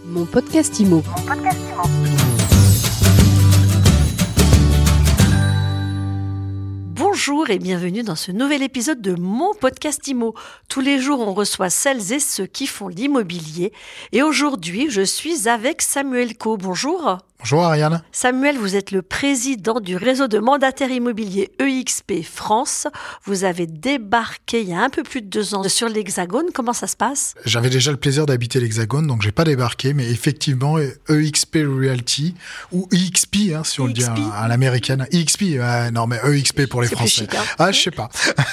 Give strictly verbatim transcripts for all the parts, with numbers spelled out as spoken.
Mon podcast Imo. Mon podcast Imo. Bonjour et bienvenue dans ce nouvel épisode de Mon podcast Imo. Tous les jours, on reçoit celles et ceux qui font l'immobilier. Et aujourd'hui, je suis avec Samuel Caux. Bonjour. Bonjour Ariane. Samuel, vous êtes le président du réseau de mandataires immobiliers E X P France. Vous avez débarqué il y a un peu plus de deux ans sur l'Hexagone. Comment ça se passe ? J'avais déjà le plaisir d'habiter l'Hexagone, donc j'ai pas débarqué, mais effectivement, E X P Realty, ou E X P, hein, si on E X P. le dit à, à l'américaine. E X P, euh, non mais E X P pour les C'est Français. plus chic, hein. Ah, je sais pas.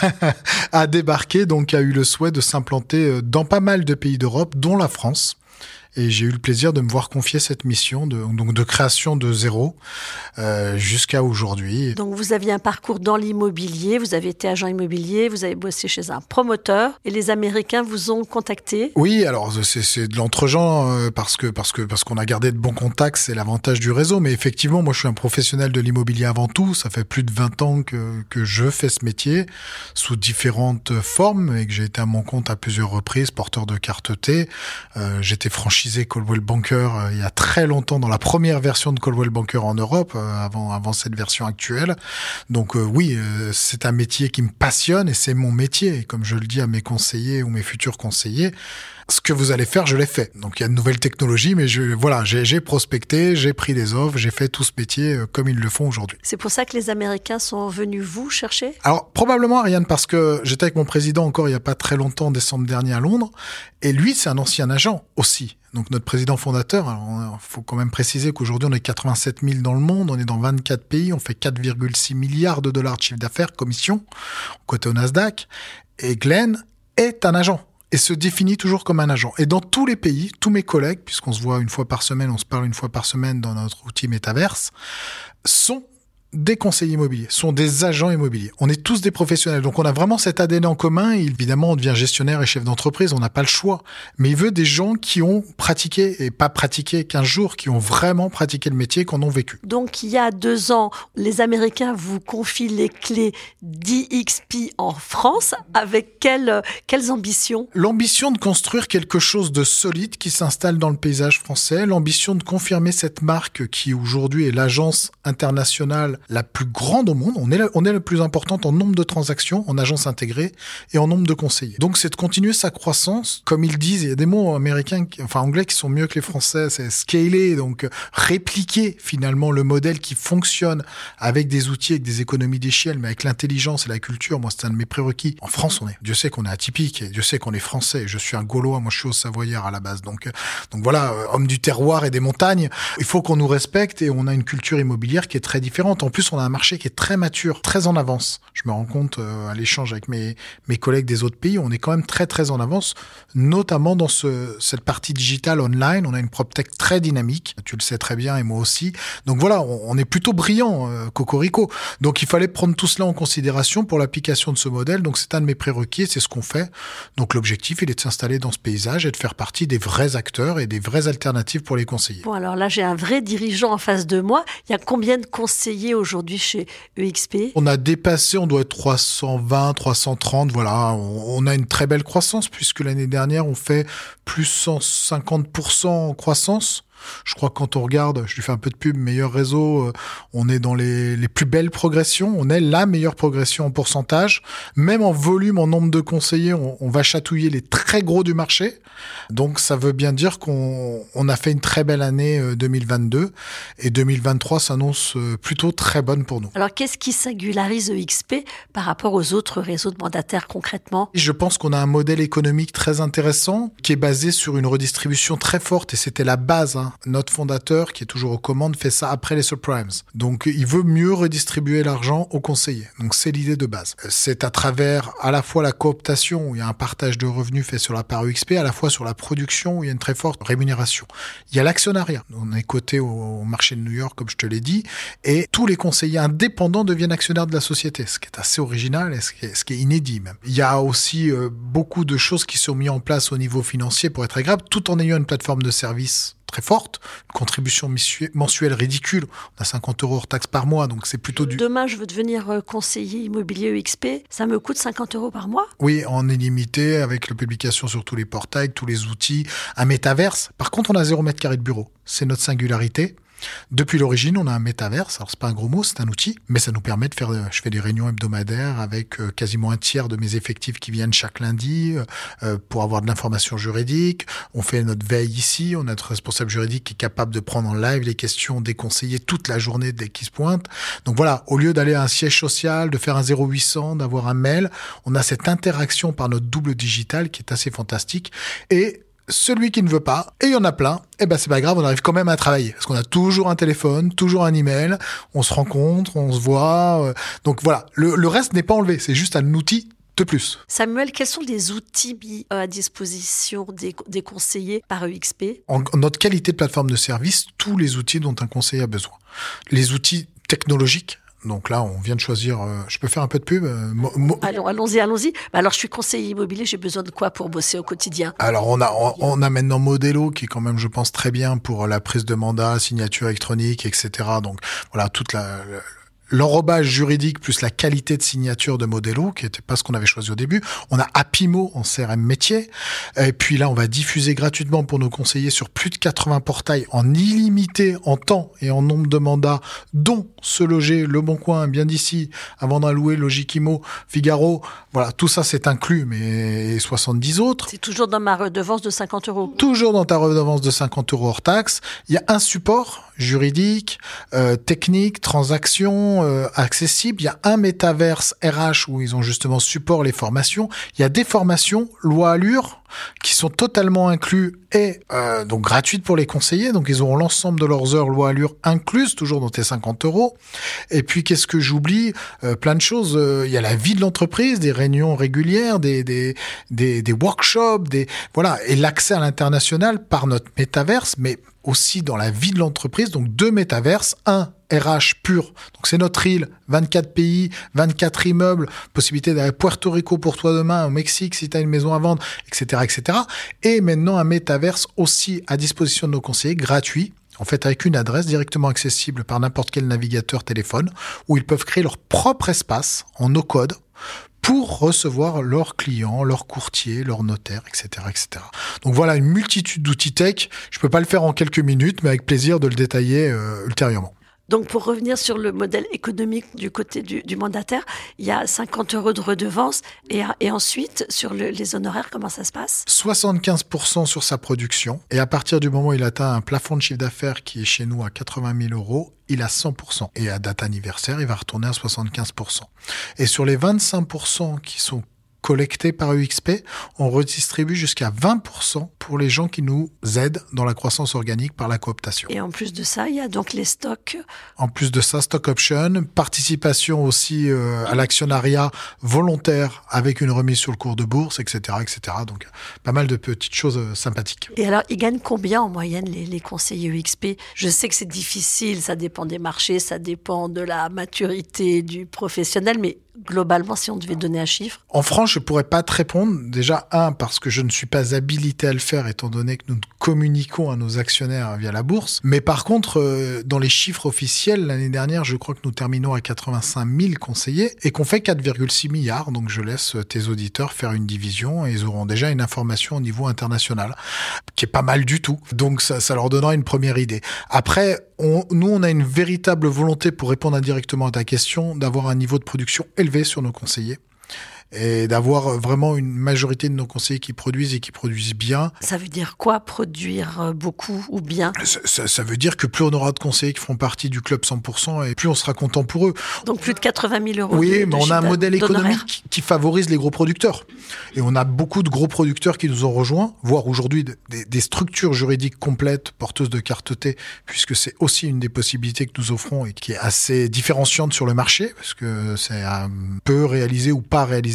a débarqué, donc a eu le souhait de s'implanter dans pas mal de pays d'Europe, dont la France. Et j'ai eu le plaisir de me voir confier cette mission de, donc de création de zéro euh, jusqu'à aujourd'hui. Donc vous aviez un parcours dans l'immobilier, vous avez été agent immobilier, vous avez bossé chez un promoteur et les Américains vous ont contacté. Oui, alors c'est, c'est de l'entre-gens euh, parce que parce que parce qu'on a gardé de bons contacts, c'est l'avantage du réseau. Mais effectivement, moi je suis un professionnel de l'immobilier avant tout. Ça fait plus de vingt ans que que je fais ce métier sous différentes formes et que j'ai été à mon compte à plusieurs reprises, porteur de carte T. Euh, j'étais franchisé Coldwell Banker euh, il y a très longtemps dans la première version de Coldwell Banker en Europe euh, avant avant cette version actuelle. Donc euh, oui, euh, c'est un métier qui me passionne et c'est mon métier. Et comme je le dis à mes conseillers ou mes futurs conseillers, ce que vous allez faire, je l'ai fait. Donc il y a de nouvelles technologies, mais je voilà, j'ai j'ai prospecté, j'ai pris des offres, j'ai fait tout ce métier euh, comme ils le font aujourd'hui. C'est pour ça que les Américains sont venus vous chercher ? Alors probablement Ariane, parce que j'étais avec mon président encore il y a pas très longtemps, en décembre dernier à Londres, et lui c'est un ancien agent aussi. Donc notre président fondateur, il faut quand même préciser qu'aujourd'hui on est quatre-vingt-sept mille dans le monde, on est dans vingt-quatre pays, on fait quatre virgule six milliards de dollars de chiffre d'affaires, commission, côté au Nasdaq, et Glenn est un agent et se définit toujours comme un agent. Et dans tous les pays, tous mes collègues, puisqu'on se voit une fois par semaine, on se parle une fois par semaine dans notre outil Metaverse, sont des conseillers immobiliers, sont des agents immobiliers. On est tous des professionnels. Donc, on a vraiment cet A D N en commun. Et évidemment, on devient gestionnaire et chef d'entreprise. On n'a pas le choix. Mais il veut des gens qui ont pratiqué, et pas pratiqué quinze jours, qui ont vraiment pratiqué le métier, qu'on ont vécu. Donc, il y a deux ans, les Américains vous confient les clés d'E X P en France. Avec quelles, quelles ambitions ? L'ambition de construire quelque chose de solide qui s'installe dans le paysage français. L'ambition de confirmer cette marque qui, aujourd'hui, est l'agence internationale la plus grande au monde. On est la, on est la plus importante en nombre de transactions, en agences intégrées et en nombre de conseillers. Donc, c'est de continuer sa croissance. Comme ils disent, il y a des mots américains, enfin anglais, qui sont mieux que les français. C'est scaler, donc répliquer finalement le modèle qui fonctionne avec des outils, avec des économies d'échelle, mais avec l'intelligence et la culture. Moi, c'est un de mes prérequis. En France, on est. Dieu sait qu'on est atypique et Dieu sait qu'on est français. Je suis un Gaulois, moi je suis au Savoyard à la base. Donc, donc voilà, homme du terroir et des montagnes. Il faut qu'on nous respecte et on a une culture immobilière qui est très différente. En plus, on a un marché qui est très mature, très en avance. Je me rends compte euh, à l'échange avec mes, mes collègues des autres pays, on est quand même très très en avance, notamment dans ce, cette partie digitale online. On a une PropTech très dynamique, tu le sais très bien et moi aussi. Donc voilà, on, on est plutôt brillant, euh, cocorico. Donc il fallait prendre tout cela en considération pour l'application de ce modèle. Donc c'est un de mes prérequis, c'est ce qu'on fait. Donc l'objectif, il est de s'installer dans ce paysage et de faire partie des vrais acteurs et des vraies alternatives pour les conseillers. Bon, alors là, j'ai un vrai dirigeant en face de moi. Il y a combien de conseillers aujourd'hui chez E X P ? On a dépassé, on doit être trois cent vingt, trois cent trente, voilà. On, on a une très belle croissance puisque l'année dernière, on fait plus cent cinquante pour cent en croissance. Je crois que quand on regarde, je lui fais un peu de pub, meilleur réseau, euh, on est dans les, les plus belles progressions. On est la meilleure progression en pourcentage. Même en volume, en nombre de conseillers, on, on va chatouiller les très gros du marché. Donc, ça veut bien dire qu'on on a fait une très belle année euh, deux mille vingt-deux. Et deux mille vingt-trois s'annonce euh, plutôt très bonne pour nous. Alors, qu'est-ce qui singularise E X P par rapport aux autres réseaux de mandataires concrètement ? Je pense qu'on a un modèle économique très intéressant qui est basé sur une redistribution très forte. Et c'était la base, hein. Notre fondateur, qui est toujours aux commandes, fait ça après les subprimes. Donc, il veut mieux redistribuer l'argent aux conseillers. Donc, c'est l'idée de base. C'est à travers à la fois la cooptation, où il y a un partage de revenus fait sur la part E X P, à la fois sur la production, où il y a une très forte rémunération. Il y a l'actionnariat. On est coté au marché de New York, comme je te l'ai dit, et tous les conseillers indépendants deviennent actionnaires de la société, ce qui est assez original et ce qui est, ce qui est inédit même. Il y a aussi euh, beaucoup de choses qui sont mises en place au niveau financier pour être agréable, tout en ayant une plateforme de service très forte, une contribution mensuelle ridicule. On a cinquante euros hors taxe par mois, donc c'est plutôt du... Demain, je veux devenir conseiller immobilier E X P, ça me coûte cinquante euros par mois ? Oui, en illimité, avec la publication sur tous les portails, tous les outils, un métaverse. Par contre, on a zéro mètre carré de bureau. C'est notre singularité. Depuis l'origine, on a un métaverse. Alors, c'est pas un gros mot, c'est un outil, mais ça nous permet de faire, je fais des réunions hebdomadaires avec euh, quasiment un tiers de mes effectifs qui viennent chaque lundi euh, pour avoir de l'information juridique. On fait notre veille ici. On a notre responsable juridique qui est capable de prendre en live les questions des conseillers toute la journée dès qu'ils se pointent. Donc voilà, au lieu d'aller à un siège social, de faire un zéro huit cent, d'avoir un mail, on a cette interaction par notre double digital qui est assez fantastique. Et celui qui ne veut pas, et il y en a plein, eh ben c'est pas grave, on arrive quand même à travailler. Parce qu'on a toujours un téléphone, toujours un email, on se rencontre, on se voit. Euh, donc voilà, le, le reste n'est pas enlevé, c'est juste un outil de plus. Samuel, quels sont les outils mis à disposition des, des conseillers par E X P ? En, en notre qualité de plateforme de service, tous les outils dont un conseiller a besoin. Les outils technologiques, donc là, on vient de choisir... Euh, je peux faire un peu de pub euh, mo- mo- Allons, allons-y, allons-y. Bah alors, je suis conseiller immobilier, j'ai besoin de quoi pour bosser au quotidien ? Alors, on a, on, on a maintenant Modelo, qui est quand même, je pense, très bien pour la prise de mandat, signature électronique, et cetera. Donc, voilà, toute la... la l'enrobage juridique plus la qualité de signature de Modelo, qui n'était pas ce qu'on avait choisi au début. On a Apimo en C R M métier. Et puis là, on va diffuser gratuitement pour nos conseillers sur plus de quatre-vingts portails en illimité en temps et en nombre de mandats, dont Se Loger, Le Bon Coin, Bien d'ici, Avant d'en louer, Logikimo, Figaro. Voilà, tout ça, c'est inclus, mais soixante-dix autres. C'est toujours dans ma redevance de cinquante euros. Toujours dans ta redevance de cinquante euros hors taxe. Il y a un support juridique, euh, technique, transaction, euh, accessible. Il y a un métaverse R H où ils ont justement support les formations. Il y a des formations, loi Allure, qui sont totalement inclus et euh, donc gratuites pour les conseillers. Donc ils auront l'ensemble de leurs heures loi Allure incluses, toujours dans tes cinquante euros. Et puis qu'est-ce que j'oublie ? euh, Plein de choses. Euh, il y a la vie de l'entreprise, des réunions régulières, des des des, des workshops, des voilà, et l'accès à l'international par notre métaverse, mais aussi dans la vie de l'entreprise. Donc deux métaverses, un R H pur, donc c'est notre île, vingt-quatre pays, vingt-quatre immeubles, possibilité d'aller à Puerto Rico pour toi demain, au Mexique si tu as une maison à vendre, et cetera, et cetera. Et maintenant un métaverse aussi à disposition de nos conseillers, gratuit, en fait avec une adresse directement accessible par n'importe quel navigateur téléphone, où ils peuvent créer leur propre espace en no-code pour recevoir leurs clients, leurs courtiers, leurs notaires, et cetera, et cetera. Donc voilà, une multitude d'outils tech. Je peux pas le faire en quelques minutes, mais avec plaisir de le détailler euh, ultérieurement. Donc, pour revenir sur le modèle économique du côté du, du mandataire, il y a cinquante euros de redevance et, et ensuite, sur le, les honoraires, comment ça se passe ? soixante-quinze pour cent sur sa production. Et à partir du moment où il atteint un plafond de chiffre d'affaires qui est chez nous à quatre-vingt mille euros, il a cent pour cent. Et à date anniversaire, il va retourner à soixante-quinze pour cent. Et sur les vingt-cinq pour cent qui sont collectés par E X P, on redistribue jusqu'à vingt pour cent pour les gens qui nous aident dans la croissance organique par la cooptation. Et en plus de ça, il y a donc les stocks. En plus de ça, stock option, participation aussi euh, à l'actionnariat volontaire avec une remise sur le cours de bourse, et cetera, et cetera. Donc, pas mal de petites choses euh, sympathiques. Et alors, ils gagnent combien en moyenne les, les conseillers E X P ? Je sais que c'est difficile, ça dépend des marchés, ça dépend de la maturité du professionnel, mais globalement, si on devait donner un chiffre ? En France, je ne pourrais pas te répondre. Déjà, un, parce que je ne suis pas habilité à le faire, étant donné que nous communiquons à nos actionnaires via la bourse. Mais par contre, euh, dans les chiffres officiels, l'année dernière, je crois que nous terminons à quatre-vingt-cinq mille conseillers et qu'on fait quatre virgule six milliards. Donc, je laisse tes auditeurs faire une division et ils auront déjà une information au niveau international, qui est pas mal du tout. Donc, ça, ça leur donnera une première idée. Après, on, nous, on a une véritable volonté, pour répondre indirectement à ta question, d'avoir un niveau de production élevé sur nos conseillers et d'avoir vraiment une majorité de nos conseillers qui produisent et qui produisent bien. Ça veut dire quoi, produire beaucoup ou bien ? ça, ça, ça veut dire que plus on aura de conseillers qui feront partie du club cent pour cent et plus on sera content pour eux. Donc plus de quatre-vingt mille euros. Oui, de, mais de on a un modèle économique d'honoraires. qui favorise les gros producteurs. Et on a beaucoup de gros producteurs qui nous ont rejoints, voire aujourd'hui des, des structures juridiques complètes, porteuses de carte T, puisque c'est aussi une des possibilités que nous offrons et qui est assez différenciante sur le marché, parce que c'est un peu réalisé ou pas réalisé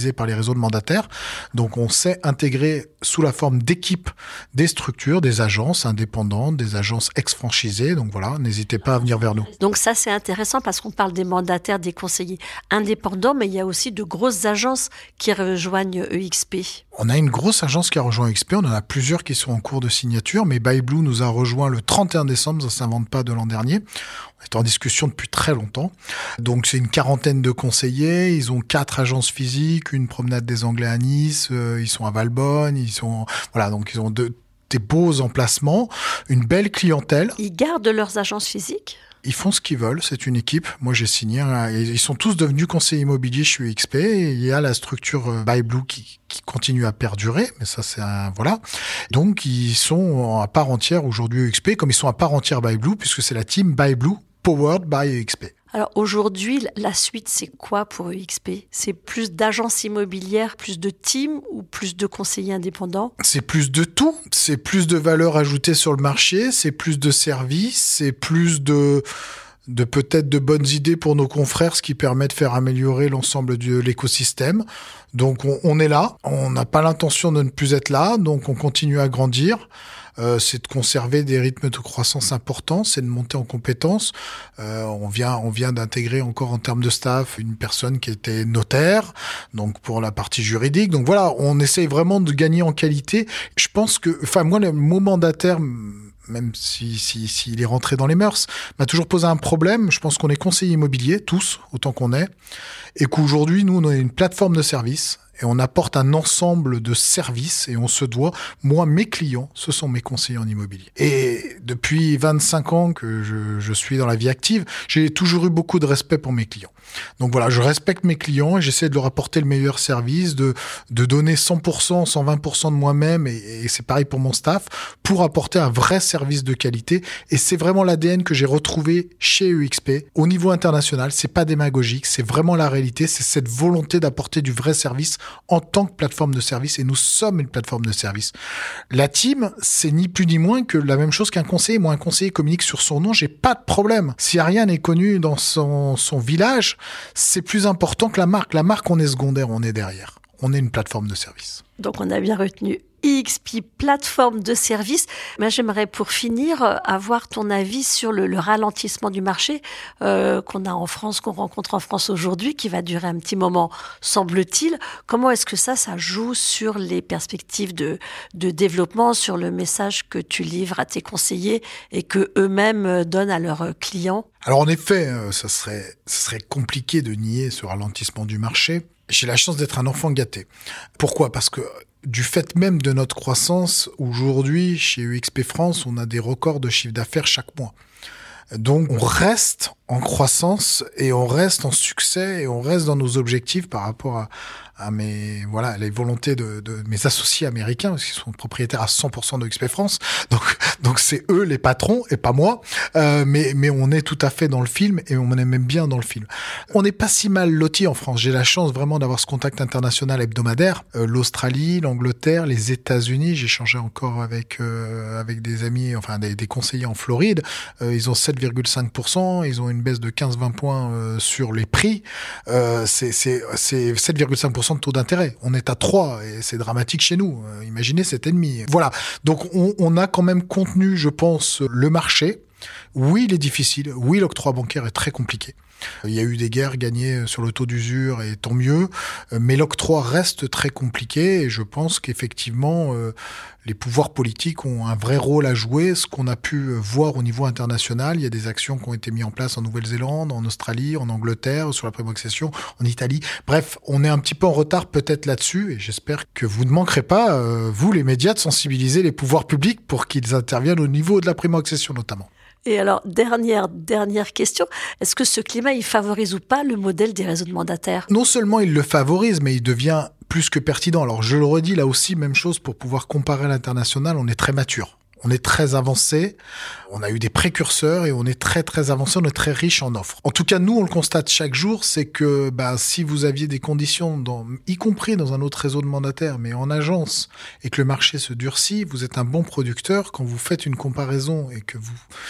supervisés par les réseaux de mandataires. Donc on sait intégrer sous la forme d'équipes des structures, des agences indépendantes, des agences ex-franchisées. Donc voilà, n'hésitez pas à venir vers nous. Donc ça c'est intéressant parce qu'on parle des mandataires, des conseillers indépendants, mais il y a aussi de grosses agences qui rejoignent E X P. On a une grosse agence qui a rejoint E X P, on en a plusieurs qui sont en cours de signature, mais BuyBlue nous a rejoint le trente et un décembre, ça ne s'invente pas, de l'an dernier. On est en discussion depuis très longtemps. Donc c'est une quarantaine de conseillers, ils ont quatre agences physiques, une promenade des Anglais à Nice, euh, ils sont à Valbonne, ils sont voilà, donc ils ont de, des beaux emplacements, une belle clientèle. Ils gardent leurs agences physiques ? Ils font ce qu'ils veulent, c'est une équipe. Moi, j'ai signé, ils sont tous devenus conseillers immobiliers chez E X P. Et il y a la structure BuyBlue qui, qui continue à perdurer, mais ça, c'est un, voilà. Donc, ils sont à part entière aujourd'hui E X P, comme ils sont à part entière BuyBlue, puisque c'est la team BuyBlue powered by E X P. Alors aujourd'hui, la suite, c'est quoi pour E X P ? C'est plus d'agences immobilières, plus de teams ou plus de conseillers indépendants ? C'est plus de tout. C'est plus de valeur ajoutée sur le marché, c'est plus de services, c'est plus de... de peut-être de bonnes idées pour nos confrères, ce qui permet de faire améliorer l'ensemble de l'écosystème. Donc on, on est là, on n'a pas l'intention de ne plus être là, donc on continue à grandir. Euh, c'est de conserver des rythmes de croissance importants, c'est de monter en compétences. Euh, on vient, on vient d'intégrer encore en termes de staff une personne qui était notaire, donc pour la partie juridique. Donc voilà, on essaye vraiment de gagner en qualité. Je pense que, enfin moi, le mot mandataire, même si, si, s'il est rentré dans les mœurs, m'a toujours posé un problème. Je pense qu'on est conseiller immobilier, tous, autant qu'on est, et qu'aujourd'hui, nous, on a une plateforme de services et on apporte un ensemble de services et on se doit, moi, mes clients, ce sont mes conseillers en immobilier. Et depuis vingt-cinq ans que je, je suis dans la vie active, j'ai toujours eu beaucoup de respect pour mes clients. Donc voilà, je respecte mes clients et j'essaie de leur apporter le meilleur service, de, de donner cent pour cent, cent vingt pour cent de moi-même, et, et c'est pareil pour mon staff, pour apporter un vrai service de qualité. Et c'est vraiment l'A D N que j'ai retrouvé chez E X P. Au niveau international, c'est pas démagogique, c'est vraiment la réalité, c'est cette volonté d'apporter du vrai service en tant que plateforme de service, et nous sommes une plateforme de service. La team, c'est ni plus ni moins que la même chose qu'un conseiller. Moi, un conseiller communique sur son nom, j'ai pas de problème. Si rien n'est connu dans son, son village, c'est plus important que la marque. La marque, on est secondaire, on est derrière. On est une plateforme de service. Donc, on a bien retenu E X P, plateforme de service. Mais j'aimerais, pour finir, avoir ton avis sur le, le ralentissement du marché euh, qu'on a en France, qu'on rencontre en France aujourd'hui, qui va durer un petit moment, semble-t-il. Comment est-ce que ça, ça joue sur les perspectives de, de développement, sur le message que tu livres à tes conseillers et que eux-mêmes donnent à leurs clients ? Alors en effet, euh, ça serait, ça serait compliqué de nier ce ralentissement du marché. J'ai la chance d'être un enfant gâté. Pourquoi ? Parce que du fait même de notre croissance, aujourd'hui, chez E X P France, on a des records de chiffre d'affaires chaque mois. Donc, on reste en croissance et on reste en succès et on reste dans nos objectifs par rapport à, à mes, voilà, les volontés de, de mes associés américains, parce qu'ils sont propriétaires à cent pour cent de E X P France. Donc, donc c'est eux les patrons et pas moi. Euh, mais, mais on est tout à fait dans le film et on est même bien dans le film. On n'est pas si mal lotis en France. J'ai la chance vraiment d'avoir ce contact international hebdomadaire. Euh, L'Australie, l'Angleterre, les États-Unis. J'ai échangé encore avec, euh, avec des amis, enfin, des, des conseillers en Floride. Euh, ils ont sept virgule cinq pour cent. Ils ont une baisse de quinze à vingt points euh, sur les prix. Euh, c'est, c'est, c'est sept virgule cinq pour cent de taux d'intérêt. On est à trois et c'est dramatique chez nous. Euh, imaginez cet ennemi. Voilà. Donc on, on a quand même contenu, je pense, le marché. Oui, il est difficile. Oui, l'octroi bancaire est très compliqué. Il y a eu des guerres gagnées sur le taux d'usure et tant mieux, mais l'octroi reste très compliqué et je pense qu'effectivement euh, les pouvoirs politiques ont un vrai rôle à jouer. Ce qu'on a pu voir au niveau international, il y a des actions qui ont été mises en place en Nouvelle-Zélande, en Australie, en Angleterre, sur la primo-accession, en Italie. Bref, on est un petit peu en retard peut-être là-dessus et j'espère que vous ne manquerez pas, euh, vous les médias, de sensibiliser les pouvoirs publics pour qu'ils interviennent au niveau de la primo-accession notamment. Et alors, dernière, dernière question, est-ce que ce climat, il favorise ou pas le modèle des réseaux de mandataires ? Non seulement il le favorise, mais il devient plus que pertinent. Alors, je le redis, là aussi, même chose, pour pouvoir comparer à l'international, on est très mature. On est très avancé, on a eu des précurseurs et on est très très avancé, on est très riche en offres. En tout cas, nous, on le constate chaque jour, c'est que bah, si vous aviez des conditions, dans, y compris dans un autre réseau de mandataires, mais en agence, et que le marché se durcit, vous êtes un bon producteur. Quand vous faites une comparaison et que vous...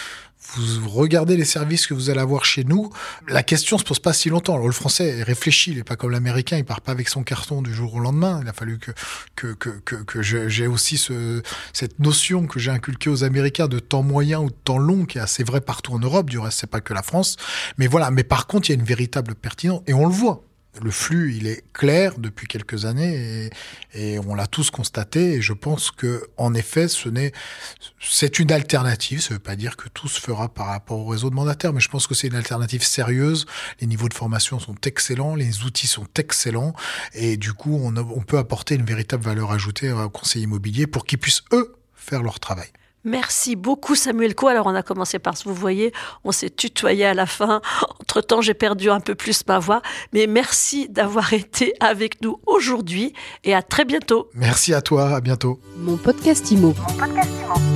vous regardez les services que vous allez avoir chez nous, la question se pose pas si longtemps. Alors, le français réfléchit, il est pas comme l'américain, il part pas avec son carton du jour au lendemain. Il a fallu que que que que, que je, j'ai aussi ce, cette notion que j'ai inculquée aux Américains de temps moyen ou de temps long, qui est assez vrai partout en Europe. Du reste, c'est pas que la France. Mais voilà. Mais par contre, il y a une véritable pertinence et on le voit. Le flux, il est clair depuis quelques années et, et on l'a tous constaté. Et je pense que, en effet, ce n'est, c'est une alternative. Ça ne veut pas dire que tout se fera par rapport au réseau de mandataires, mais je pense que c'est une alternative sérieuse. Les niveaux de formation sont excellents, les outils sont excellents, et du coup, on, a, on peut apporter une véritable valeur ajoutée aux conseillers immobiliers pour qu'ils puissent eux faire leur travail. Merci beaucoup Samuel Coe. Alors on a commencé par, vous voyez, on s'est tutoyé à la fin. Entre-temps, j'ai perdu un peu plus ma voix. Mais merci d'avoir été avec nous aujourd'hui et à très bientôt. Merci à toi, à bientôt. Mon podcast Imo. Mon podcast Imo.